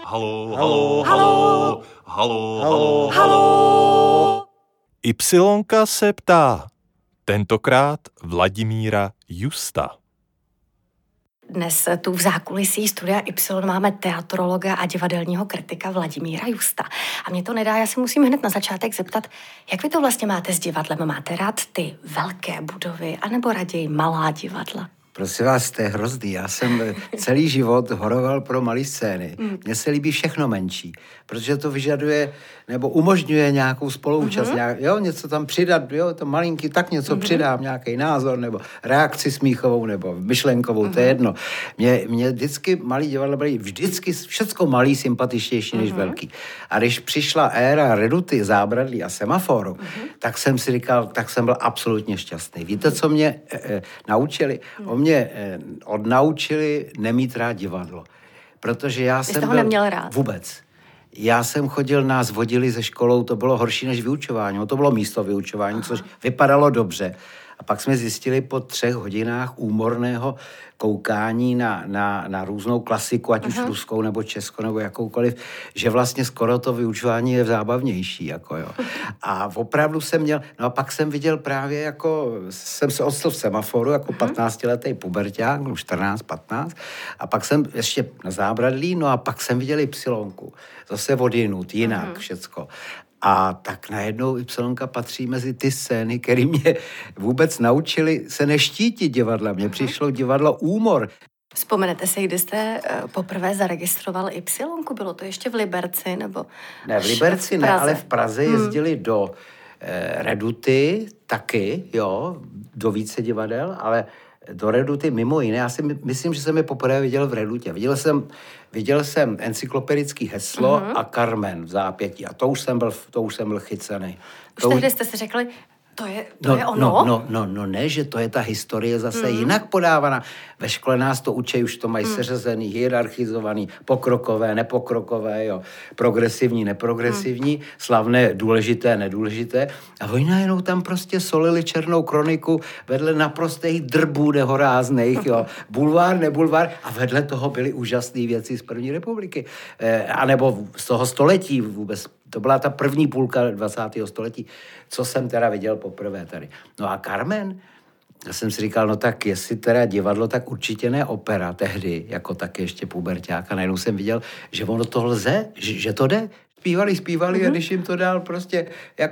Halo, Halo, halo, halo, halo, halo. Ypsilonka se ptá. Tentokrát Vladimíra Justa. Dnes tu v zákulisí Studia Y máme teatrologa a divadelního kritika Vladimíra Justa. A mě to nedá, já si musím hned na začátek zeptat, jak vy to vlastně máte s divadlem? Máte rád ty velké budovy, anebo raději malá divadla? Prosím vás, to je hrozný. Já jsem celý život horoval pro malé scény. Mně se líbí všechno menší, protože to vyžaduje nebo umožňuje nějakou spoluúčast, něco tam přidat, to malinký, tak něco přidám, nějaký názor, nebo reakci smíchovou, nebo myšlenkovou, to je jedno. Mě vždycky malý divadla byly vždycky všecko malý sympatičtější než velký. A když přišla éra Reduty, Zábradlí a Semaforu, tak jsem si říkal, tak jsem byl absolutně šťastný. Víte, co mě naučili? Mě odnaučili nemít rád divadlo. Protože já jsem toho neměl rád? Vůbec. Já jsem chodil, nás vodili ze školou, to bylo horší než vyučování. To bylo místo vyučování, což vypadalo dobře. A pak jsme zjistili po 3 hodinách úmorného koukání na různou klasiku, ať už ruskou, nebo českou, nebo jakoukoliv, že vlastně skoro to vyučování je zábavnější. A opravdu jsem měl, no a pak jsem viděl právě jsem se odstl v Semaforu, jako 15letý puberťák, 14-15, a pak jsem ještě na Zábradlí, no a pak jsem viděl Ypsilonku. Zase odjinud, jinak všecko. A tak najednou Ypsilonka patří mezi ty scény, které mě vůbec naučili se neštítit divadla. Mně přišlo divadlo úmor. Vzpomenete si, kdy jste poprvé zaregistroval Ypsilonku? Bylo to ještě v Liberci, nebo ne, v Liberci ne, ale v Praze jezdili do Reduty taky, do více divadel, ale do Reduty mimo jiné. Já si myslím, že jsem je poprvé viděl v Redutě. Viděl jsem encyklopedický heslo a Carmen v zápětí. A to už jsem byl chycený. Už tehdy jste si řekli, to je ono? No, ne, že to je ta historie zase jinak podávaná. Ve škole nás to učí, už to mají seřazený, hierarchizovaný, pokrokové, nepokrokové, progresivní, neprogresivní, slavné, důležité, nedůležité. A oni najednou tam prostě solili černou kroniku vedle naprostých drbů nehorázných, bulvár, nebulvár, a vedle toho byly úžasné věci z první republiky. A nebo z toho století vůbec. To byla ta první půlka 20. století, co jsem teda viděl poprvé tady. No a Carmen, já jsem si říkal, no tak jestli teda divadlo, tak určitě ne opera tehdy, jako taky ještě puberťák. A najednou jsem viděl, že ono to lze, že to jde. Zpívali a když jim to dal prostě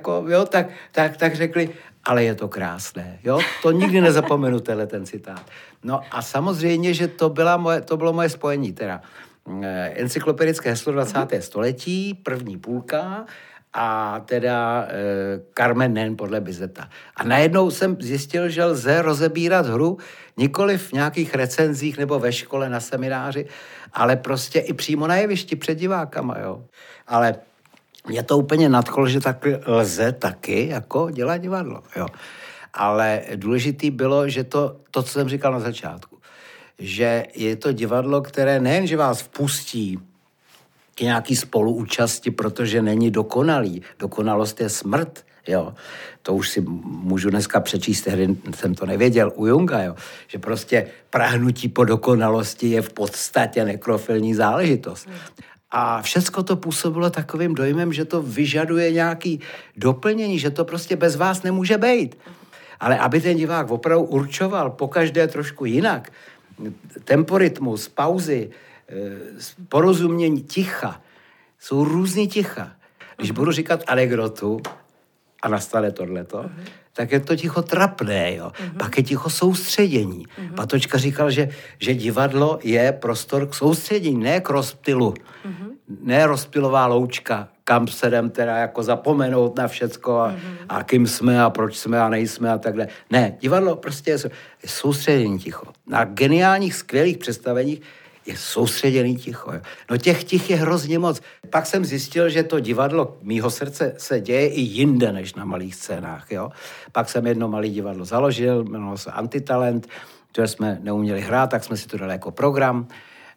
tak řekli, ale je to krásné, to nikdy nezapomenu, ten citát. No a samozřejmě, že to bylo moje spojení teda. Encyklopedické heslo 20. století, první půlka a teda Carmen Nen podle Bizeta. A najednou jsem zjistil, že lze rozebírat hru nikoli v nějakých recenzích nebo ve škole na semináři, ale prostě i přímo na jevišti před divákama, Ale mě to úplně nadchlo, že tak lze taky dělat divadlo, Ale důležitý bylo, že to, co jsem říkal na začátku, že je to divadlo, které nejen, že vás vpustí k nějaký spoluúčasti, protože není dokonalý. Dokonalost je smrt, To už si můžu dneska přečíst, tehdy jsem to nevěděl u Junga, Že prostě prahnutí po dokonalosti je v podstatě nekrofilní záležitost. A všecko to působilo takovým dojmem, že to vyžaduje nějaký doplnění, že to prostě bez vás nemůže být. Ale aby ten divák opravdu určoval pokaždé trošku jinak, temporytmus, pauzy, porozumění, ticha. Jsou různý ticha. Když budu říkat anekdotu a nastane tohleto, tak je to ticho trapné, Pak je ticho soustředění. Patočka říkal, že divadlo je prostor k soustředění, ne k rozptylu. Ne rozptylová loučka, kam se jdem teda zapomenout na všecko a kým jsme a proč jsme a nejsme a takhle. Ne, divadlo prostě je soustředění ticho. Na geniálních, skvělých představeních je soustředěný ticho. No těch tich je hrozně moc. Pak jsem zjistil, že to divadlo mýho srdce se děje i jinde než na malých scénách. Pak jsem jedno malé divadlo založil, jmenovalo se Antitalent, které jsme neuměli hrát, tak jsme si to dali jako program.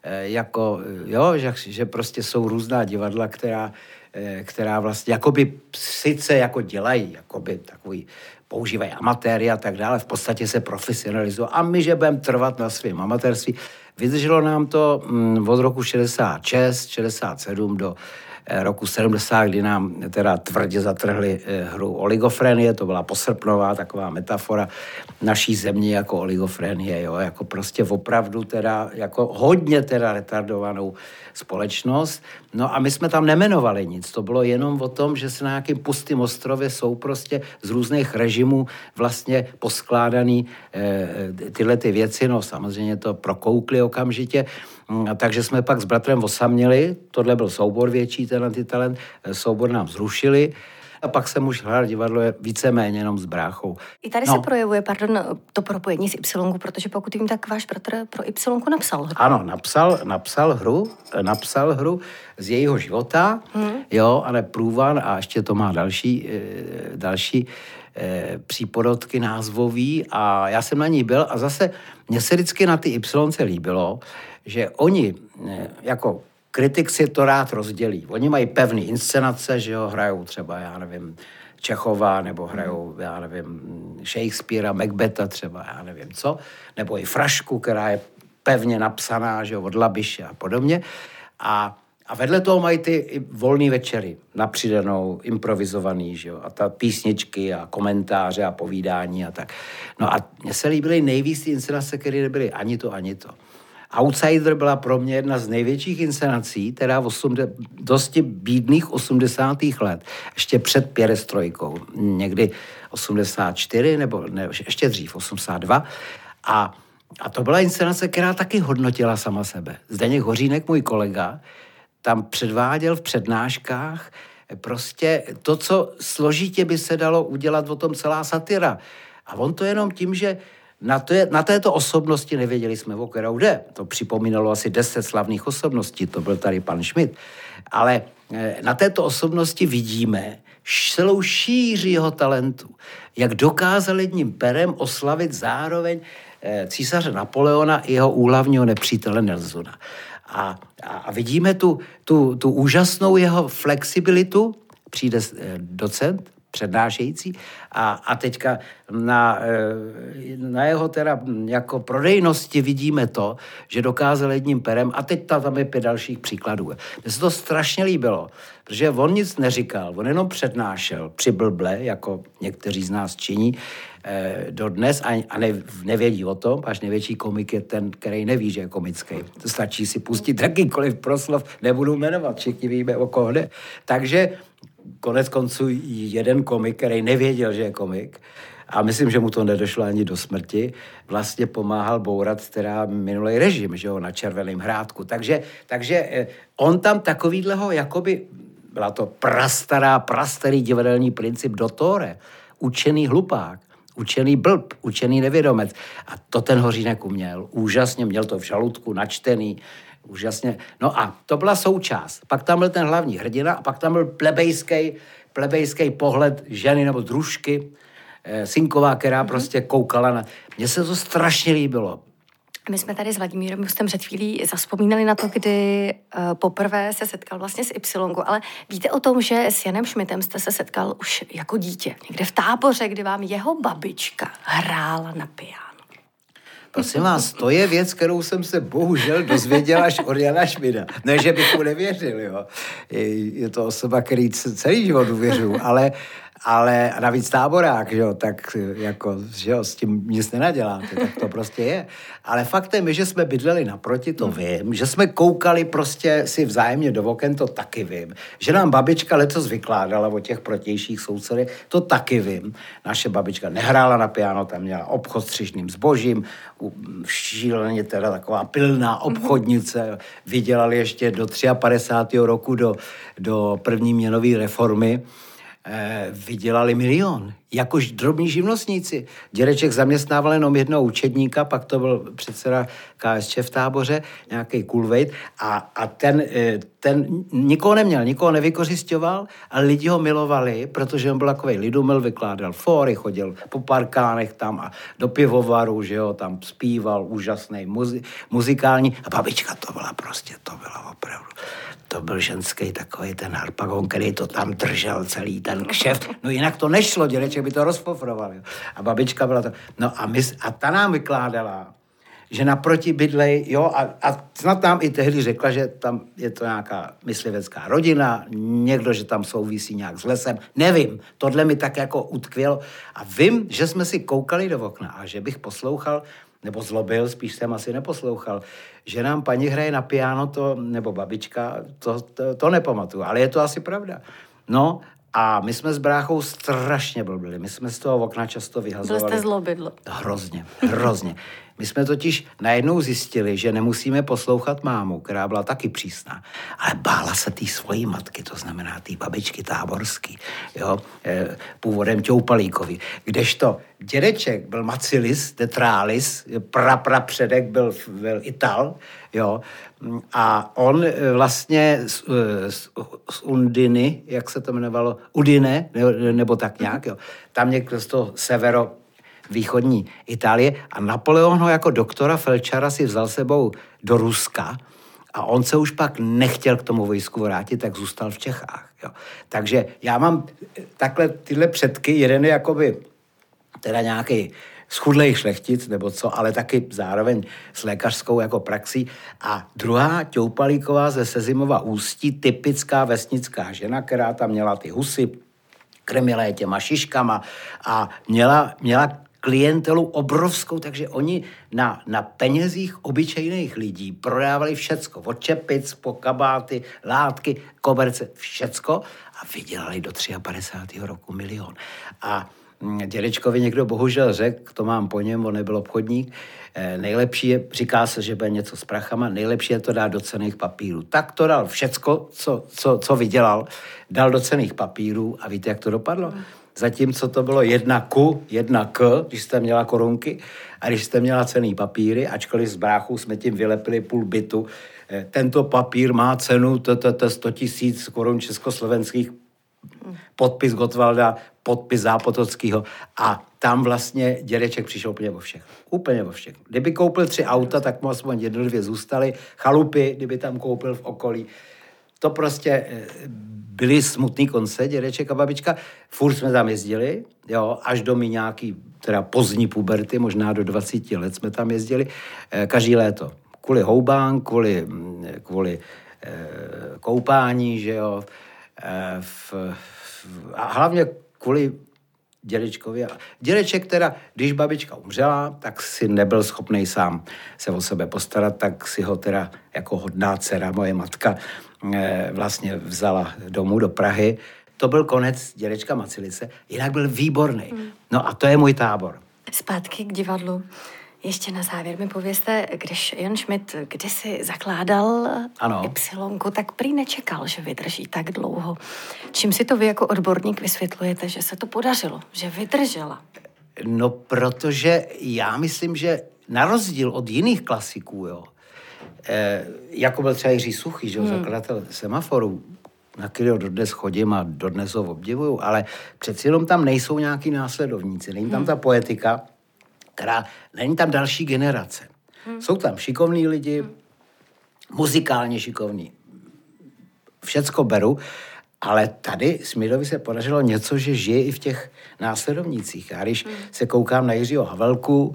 Že prostě jsou různá divadla, která vlastně jakoby sice dělají, takový používají amatéry a tak dále, v podstatě se profesionalizují. A my, že budeme trvat na svém amatérství, Vydrželo nám to od roku 66, 67 do roku 70, kdy nám teda tvrdě zatrhli hru oligofrenie, to byla posrpnová taková metafora naší země jako oligofrenie, jo, jako prostě opravdu teda, jako hodně teda retardovanou společnost. No a my jsme tam nemenovali nic, to bylo jenom o tom, že se na nějakém pustém ostrově jsou prostě z různých režimů vlastně poskládaný tyhle ty věci, no samozřejmě to prokoukli okamžitě, takže jsme pak s bratrem osaměli, tohle byl soubor větší, tenhle talent, soubor nám zrušili a pak jsem už hrál divadlo víceméně jenom s bráchou. I tady se projevuje, to propojení s Y, protože pokud vím, tak váš bratr pro Y napsal hru. Ano, napsal hru z jejího života, jo, ale průvan a ještě to má další přípodotky názvový a já jsem na ní byl a zase mně se vždycky na ty Y se líbilo, že oni jako kritik si to rád rozdělí. Oni mají pevný inscenace, že jo, hrajou třeba, já nevím, Čechova, nebo hrajou, já nevím, Shakespearea, Macbetha třeba, já nevím co, nebo i Frašku, která je pevně napsaná, že jo, od Labiše a podobně. A vedle toho mají ty volné večery, napřidanou, improvizovaný, že jo, a ta písničky a komentáře a povídání a tak. No a mně se líbily nejvíc ty inscenace, které nebyly ani to. Outsider byla pro mě jedna z největších inscenací, teda dosti bídných 80. let, ještě před pěrestrojkou, někdy 84, nebo ne, ještě dřív, 82. A to byla inscenace, která taky hodnotila sama sebe. Zdeněk Hořínek, můj kolega, tam předváděl v přednáškách prostě to, co složitě by se dalo udělat o tom celá satira. A on to jenom tím, že na této osobnosti nevěděli jsme, o kterou jde. To připomínalo asi 10 slavných osobností, to byl tady pan Schmidt. Ale na této osobnosti vidíme celou šíři jeho talentu. Jak dokázal jedním perem oslavit zároveň císaře Napoleona i jeho úhlavního nepřítele Nelsona. A vidíme tu úžasnou jeho flexibilitu, přijde docent, přednášející a teďka na jeho teda jako prodejnosti vidíme to, že dokázal jedním perem a teď tam je 5 dalších příkladů. Mně se to strašně líbilo, protože on nic neříkal, on jenom přednášel přiblble, jako někteří z nás činí dodnes a nevědí o tom, až největší komik je ten, který neví, že je komický. To stačí si pustit jakýkoliv proslov, nebudu jmenovat, všichni víme, o koho jde. Takže konec konců jeden komik, který nevěděl, že je komik, a myslím, že mu to nedošlo ani do smrti, vlastně pomáhal bourat teda minulý režim, že jo, na Červeném Hrádku. Takže on tam takovýhleho, jakoby, byla to prastarý divadelní princip dottore, učený hlupák, učený blb, učený nevědomec. A to ten Hořínek uměl. Úžasně, měl to v žaludku načtený, úžasně. No a to byla součást. Pak tam byl ten hlavní hrdina a pak tam byl plebejský pohled ženy nebo družky, synková, která prostě koukala na... Mně se to strašně líbilo. My jsme tady s Vladimírem Justem před chvílí zavzpomínali na to, kdy poprvé se setkal vlastně s Y, ale víte o tom, že s Janem Šmitem jste se setkal už jako dítě, někde v táboře, kdy vám jeho babička hrála na piano. Prosím vás, to je věc, kterou jsem se bohužel dozvěděl až od Jana Šmida. Ne, že bych mu nevěřil, jo. Je to osoba, který celý život uvěřuju, ale navíc táborák, že jo, tak jako, že jo, s tím nic nenaděláte, tak to prostě je. Ale faktem je, že jsme bydleli naproti, to vím, že jsme koukali prostě si vzájemně do oken, to taky vím. Že nám babička letos vykládala o těch protějších sousedech, to taky vím. Naše babička nehrála na piano, tam měla obchod s třižným zbožím, šíleně teda taková pilná obchodnice, vydělali ještě do 53. roku do první měnové reformy, vydělali 1 milion, jakož drobní živnostníci. Dědeček zaměstnával jenom jednoho učedníka, pak to byl předseda KSČ v táboře, nějaký kulvejt, a ten nikoho neměl, nikoho nevykořisťoval, ale lidi ho milovali, protože on byl takovej lidumil, vykládal fóry, chodil po parkánech tam a do pivovaru, že jo, tam zpíval, úžasný, muzikální, a babička to byla opravdu. To byl ženský takový ten harpagon, který to tam držel celý ten kšeft. No jinak to nešlo, dědeček by to rozpofroval. Jo. A babička byla to... No a ta nám vykládala, že naproti bydlej, jo, a snad nám i tehdy řekla, že tam je to nějaká myslivecká rodina, někdo, že tam souvisí nějak s lesem, nevím, tohle mi tak jako utkvělo a vím, že jsme si koukali do okna a že bych poslouchal, nebo zlobil, spíš jsem asi neposlouchal, že nám paní hraje na piano, nebo babička, to nepamatuju, ale je to asi pravda. No, a my jsme s bráchou strašně blbili. My jsme z toho okna často vyhazovali. Byl jste zlobydlo. Hrozně. My jsme totiž najednou zjistili, že nemusíme poslouchat mámu, která byla taky přísná, ale bála se té svojí matky, to znamená té babičky Táborský, jo, původem Ťoupalíkovi. Kdežto dědeček byl Macilis, Tetralis, prapředek byl Ital, jo, a on vlastně z Undiny, jak se to jmenovalo, Udine, nebo tak nějak, jo, tam někdo z toho východní Itálie a Napoleon ho jako doktora felčara si vzal sebou do Ruska a on se už pak nechtěl k tomu vojsku vrátit, tak zůstal v Čechách. Jo. Takže já mám takhle tyhle předky, jeden je jakoby teda nějaký schudlej šlechtic, nebo co, ale taky zároveň s lékařskou jako praxí. A druhá Ťoupalíková ze Sezimova Ústí, typická vesnická žena, která tam měla ty husy, krmila je těma šiškama a měla klientelu obrovskou, takže oni na penězích obyčejných lidí prodávali všecko. Od čepic po kabáty, látky, koberce, všecko a vydělali do 53. roku milion. A dědečkovi někdo bohužel řekl, to mám po něm, on nebyl obchodník, nejlepší je, říká se, že bude něco s prachama, nejlepší je to dát do cenných papírů. Tak to dal všecko, co vydělal, dal do cenných papírů a víte, jak to dopadlo? Zatímco to bylo 1 ku, 1 k, když jste měla korunky a když jste měla cenný papíry, ačkoliv z bráchu jsme tím vylepili půl bytu, tento papír má cenu 100 000 korun československých, podpis Gottwalda, podpis Zápotockého a tam vlastně dědeček přišel úplně o všechno. Úplně o všechno. Kdyby koupil 3 auta, tak mu aspoň 1, 2 zůstaly. Chalupy, kdyby tam koupil v okolí. To prostě byly smutný konce, dědeček a babička. Furt jsme tam jezdili, jo, až do mi nějaký, teda pozdní puberty, možná do 20 let jsme tam jezdili, každý léto. Kvůli houbám, kvůli koupání, že jo, a hlavně kvůli dědečkovi. Dědeček teda, když babička umřela, tak si nebyl schopný sám se o sebe postarat, tak si ho teda jako hodná dcera, moje matka, vlastně vzala domů do Prahy. To byl konec dědečka Macilice, jinak byl výborný. No a to je můj tábor. Zpátky k divadlu. Ještě na závěr mi povězte, když Jan Schmidt kdysi zakládal Ypsilonku, tak prý nečekal, že vydrží tak dlouho. Čím si to vy jako odborník vysvětlujete, že se to podařilo, že vydržela? No, protože já myslím, že na rozdíl od jiných klasiků, jo, jako byl třeba Jiří Suchý, že zakladatel Semaforů, na kterého dodnes chodím a dodnes ho obdivuju, ale přeci jenom tam nejsou nějaký následovníci, není tam ta poetika, není tam další generace. Jsou tam šikovní lidi, muzikálně šikovní. Všecko beru, ale tady Schmidtovi se podařilo něco, že žije i v těch následovnících. A když se koukám na Jiřího Havelku,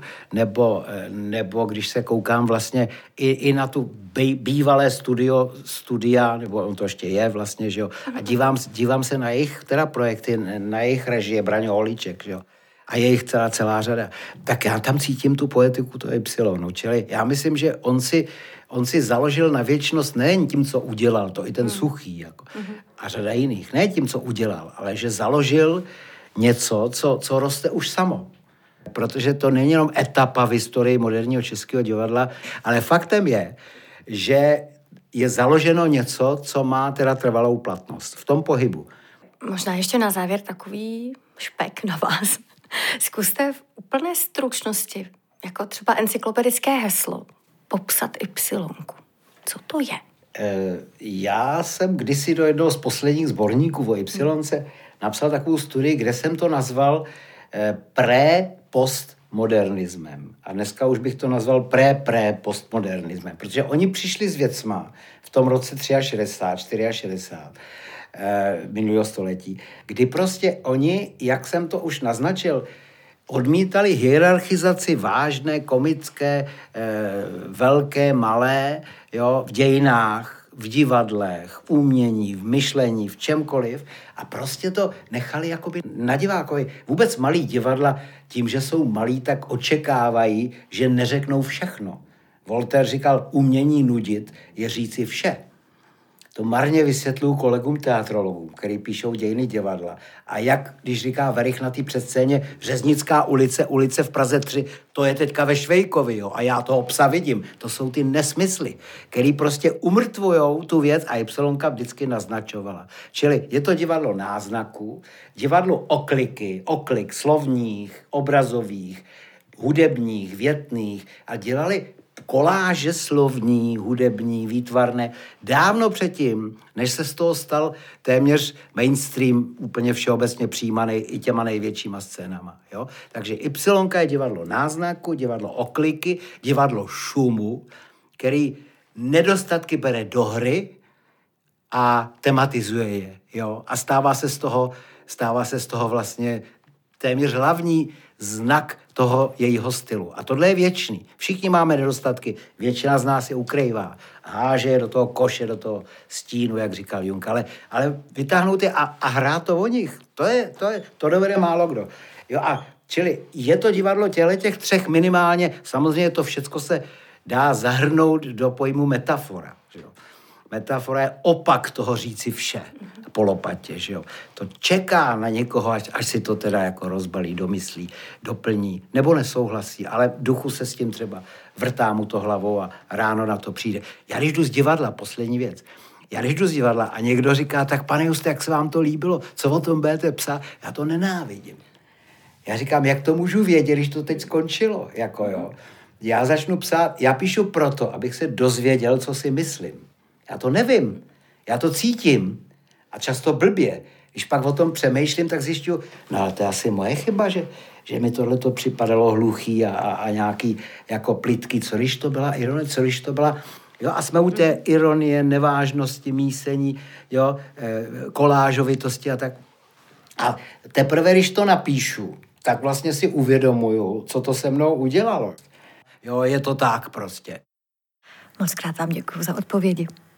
nebo když se koukám vlastně i na tu bývalé studia, nebo on to ještě je vlastně, že jo, a dívám se na jejich teda projekty, na jejich režie, Braňo Holíček, že jo, a je jich celá řada. Tak já tam cítím tu poetiku, to Ypsilonu. Čili já myslím, že on si založil na věčnost nejen tím, co udělal, to i ten Suchý, jako, a řada jiných. Ne tím, co udělal, ale že založil něco, co roste už samo. Protože to není jenom etapa v historii moderního českého divadla, ale faktem je, že je založeno něco, co má teda trvalou platnost v tom pohybu. Možná ještě na závěr takový špek na vás. Zkuste v úplné stručnosti, jako třeba encyklopedické heslo, popsat Ypsilonku. Co to je? Já jsem kdysi do jednoho z posledních sborníků o Ypsilonce napsal takovou studii, kde jsem to nazval pré-postmodernismem. A dneska už bych to nazval pré-postmodernismem, protože oni přišli s věcma v tom roce 63, 64, minulého století, kdy prostě oni, jak jsem to už naznačil, odmítali hierarchizaci vážné, komické, velké, malé, jo, v dějinách, v divadlech, v umění, v myšlení, v čemkoliv a prostě to nechali jakoby na divákovi. Vůbec malí divadla, tím, že jsou malí, tak očekávají, že neřeknou všechno. Voltaire říkal, umění nudit je říci vše. To marně vysvětluju kolegům teatrologům, který píšou dějiny divadla. A jak, když říká Werich na té předscéně Řeznická ulice, ulice v Praze 3, to je teďka ve Švejkovi, jo, a já toho psa vidím. To jsou ty nesmysly, který prostě umrtvujou tu věc a Ypsilonka vždycky naznačovala. Čili je to divadlo náznaků, divadlo oklik slovních, obrazových, hudebních, větných a dělali koláže slovní, hudební, výtvarné, dávno předtím, než se z toho stal téměř mainstream, úplně všeobecně přijímaný i těma největšíma scénama. Jo? Takže Ypsilonka je divadlo náznaku, divadlo okliky, divadlo šumu, který nedostatky bere do hry a tematizuje je. Jo? A stává se z toho vlastně téměř hlavní znak toho jejího stylu. A tohle je věčný. Všichni máme nedostatky, většina z nás je ukrývá. Háže je do toho koše, do toho stínu, jak říkal Jung. Ale vytáhnout je a hrát to o nich, to dovede málo kdo. Jo, a čili je to divadlo těch třech minimálně, samozřejmě to všecko se dá zahrnout do pojmu metafora. Jo. Metafora je opak toho říci vše po lopatě, že jo. To čeká na někoho, až si to teda jako rozbalí, domyslí, doplní, nebo nesouhlasí, ale v duchu se s tím třeba vrtá mu to hlavou a ráno na to přijde. Já když jdu z divadla, poslední věc, a někdo říká, tak pane Juste, jak se vám to líbilo, co o tom budete psát, já to nenávidím. Já říkám, jak to můžu vědět, když to teď skončilo, jako jo. Já začnu psát, já píšu proto, abych se dozvěděl, co si myslím. Já to nevím, já to cítím a často blbě. Když pak o tom přemýšlím, tak zjišťuju, no ale to je asi moje chyba, že mi tohleto připadalo hluchý a nějaký jako plytký, co když to byla ironie, co když to byla, jo, a jsme u té ironie, nevážnosti, mísení, jo, kolážovitosti a tak. A teprve, když to napíšu, tak vlastně si uvědomuju, co to se mnou udělalo. Jo, je to tak prostě. Mockrát vám děkuju za odpovědi.